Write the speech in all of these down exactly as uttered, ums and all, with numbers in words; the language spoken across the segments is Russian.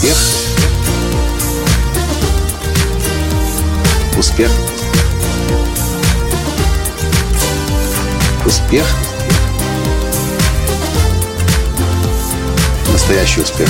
Успех. Успех. Успех. Настоящий успех.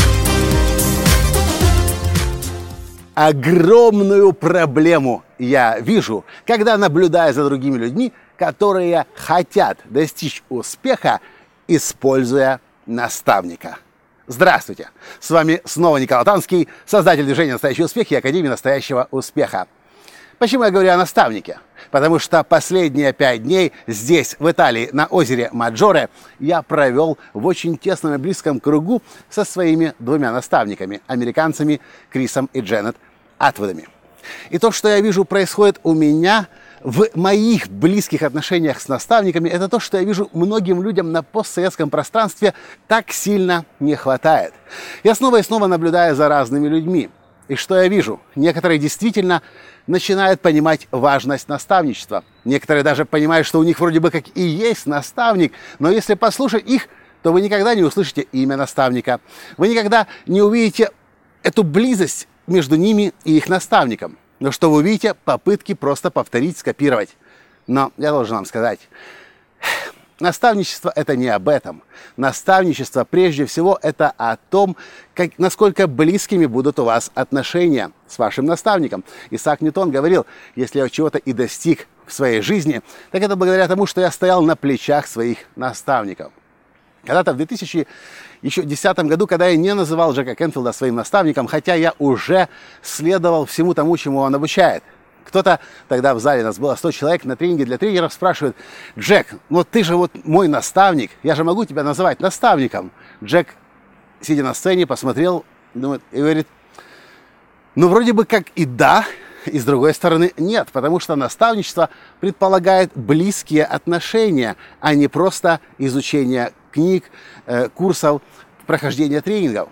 Огромную проблему я вижу, когда наблюдаю за другими людьми, которые хотят достичь успеха, используя наставника. Здравствуйте! С вами снова Николай Танский, создатель движения «Настоящий успех» и Академии настоящего успеха. Почему я говорю о наставнике? Потому что последние пять дней здесь, в Италии, на озере Маджоре, я провел в очень тесном и близком кругу со своими двумя наставниками, американцами Крисом и Дженнет Атвудами. И то, что я вижу, происходит у меня в моих близких отношениях с наставниками, это то, что я вижу, многим людям на постсоветском пространстве так сильно не хватает. Я снова и снова наблюдаю за разными людьми. И что я вижу? Некоторые действительно начинают понимать важность наставничества. Некоторые даже понимают, что у них вроде бы как и есть наставник, но если послушать их, то вы никогда не услышите имя наставника. Вы никогда не увидите эту близость между ними и их наставником. Но что вы увидите? Попытки просто повторить, скопировать. Но я должен вам сказать, наставничество – это не об этом. Наставничество, прежде всего, это о том, как, насколько близкими будут у вас отношения с вашим наставником. Исаак Ньютон говорил, если я чего-то и достиг в своей жизни, так это благодаря тому, что я стоял на плечах своих наставников. Когда-то в две тысячи десятом году, когда я не называл Джека Кенфилда своим наставником, хотя я уже следовал всему тому, чему он обучает. Кто-то тогда в зале, нас было сто человек на тренинге для тренеров, спрашивает: Джек, ну ты же вот мой наставник, я же могу тебя называть наставником. Джек, сидя на сцене, посмотрел, думает, и говорит: ну вроде бы как и да, и с другой стороны нет, потому что наставничество предполагает близкие отношения, а не просто изучение книг, э, курсов, прохождение тренингов.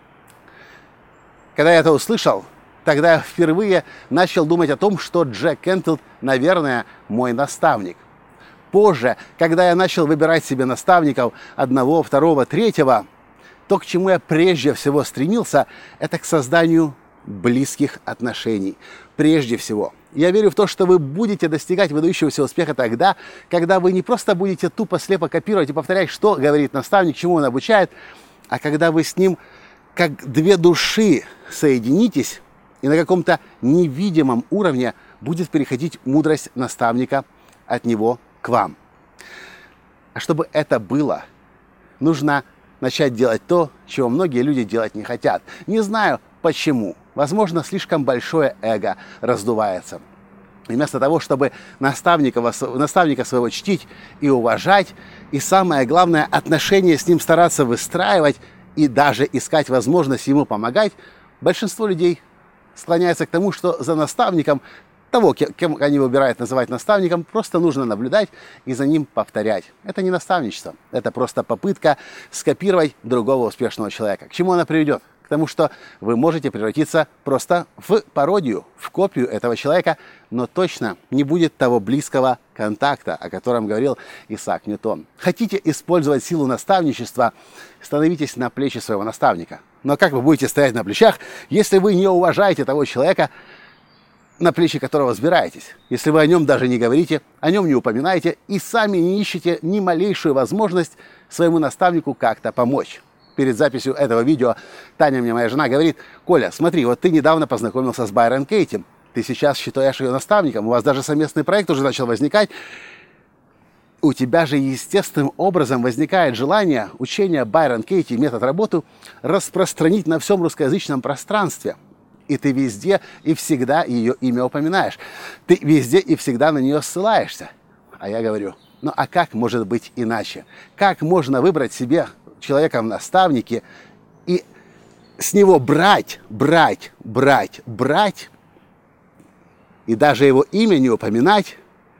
Когда я это услышал, тогда я впервые начал думать о том, что Джек Кенфилд, наверное, мой наставник. Позже, когда я начал выбирать себе наставников одного, второго, третьего, то, к чему я прежде всего стремился, это к созданию близких отношений. Прежде всего, я верю в то, что вы будете достигать выдающегося успеха тогда, когда вы не просто будете тупо слепо копировать и повторять, что говорит наставник, чему он обучает, а когда вы с ним как две души соединитесь, и на каком-то невидимом уровне будет переходить мудрость наставника от него к вам. А чтобы это было, нужно начать делать то, чего многие люди делать не хотят. Не знаю почему. Возможно, слишком большое эго раздувается. И вместо того, чтобы наставника, наставника своего чтить и уважать, и самое главное, отношения с ним стараться выстраивать и даже искать возможность ему помогать, большинство людей склоняется к тому, что за наставником, того, кем они выбирают называть наставником, просто нужно наблюдать и за ним повторять. Это не наставничество, это просто попытка скопировать другого успешного человека. К чему она приведет? К тому, что вы можете превратиться просто в пародию, в копию этого человека, но точно не будет того близкого контакта, о котором говорил Исаак Ньютон. Хотите использовать силу наставничества, становитесь на плечи своего наставника. Но как вы будете стоять на плечах, если вы не уважаете того человека, на плечи которого взбираетесь? Если вы о нем даже не говорите, о нем не упоминаете и сами не ищете ни малейшую возможность своему наставнику как-то помочь. Перед записью этого видео Таня, мне моя жена, говорит: Коля, смотри, вот ты недавно познакомился с Байрон Кейти, ты сейчас считаешь ее наставником, у вас даже совместный проект уже начал возникать. У тебя же естественным образом возникает желание учения Байрон Кейти, метод работы, распространить на всем русскоязычном пространстве. И ты везде и всегда ее имя упоминаешь. Ты везде и всегда на нее ссылаешься. А я говорю: ну а как может быть иначе? Как можно выбрать себе человека в наставнике и с него брать, брать, брать, брать, и даже его имя не упоминать,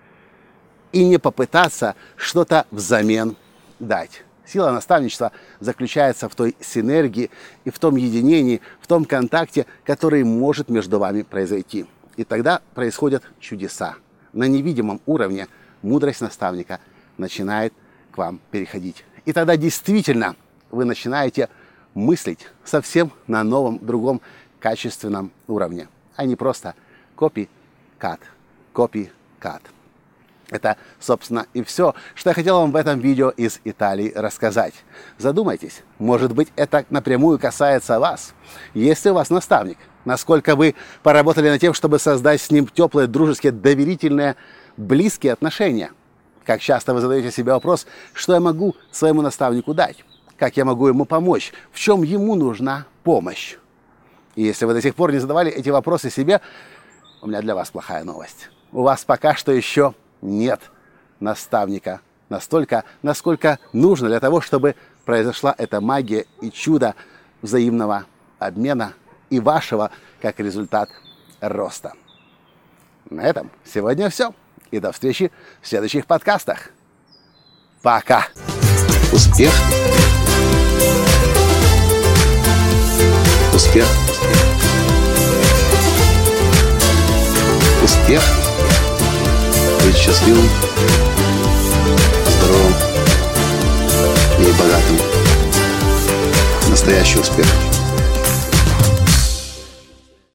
и не попытаться что-то взамен дать? Сила наставничества заключается в той синергии и в том единении, в том контакте, который может между вами произойти. И тогда происходят чудеса. На невидимом уровне мудрость наставника начинает к вам переходить. И тогда действительно вы начинаете мыслить совсем на новом, другом, качественном уровне, а не просто копи-кат, копи-кат. Это, собственно, и все, что я хотел вам в этом видео из Италии рассказать. Задумайтесь, может быть, это напрямую касается вас. Есть ли у вас наставник? Насколько вы поработали над тем, чтобы создать с ним теплые, дружеские, доверительные, близкие отношения? Как часто вы задаете себе вопрос, что я могу своему наставнику дать? Как я могу ему помочь? В чем ему нужна помощь? И если вы до сих пор не задавали эти вопросы себе, у меня для вас плохая новость. У вас пока что еще нет наставника настолько, насколько нужно для того, чтобы произошла эта магия и чудо взаимного обмена и вашего, как результат, роста. На этом сегодня все. И до встречи в следующих подкастах. Пока! Успех! Успех! Успех! Быть счастливым, здоровым и богатым. Настоящий успех.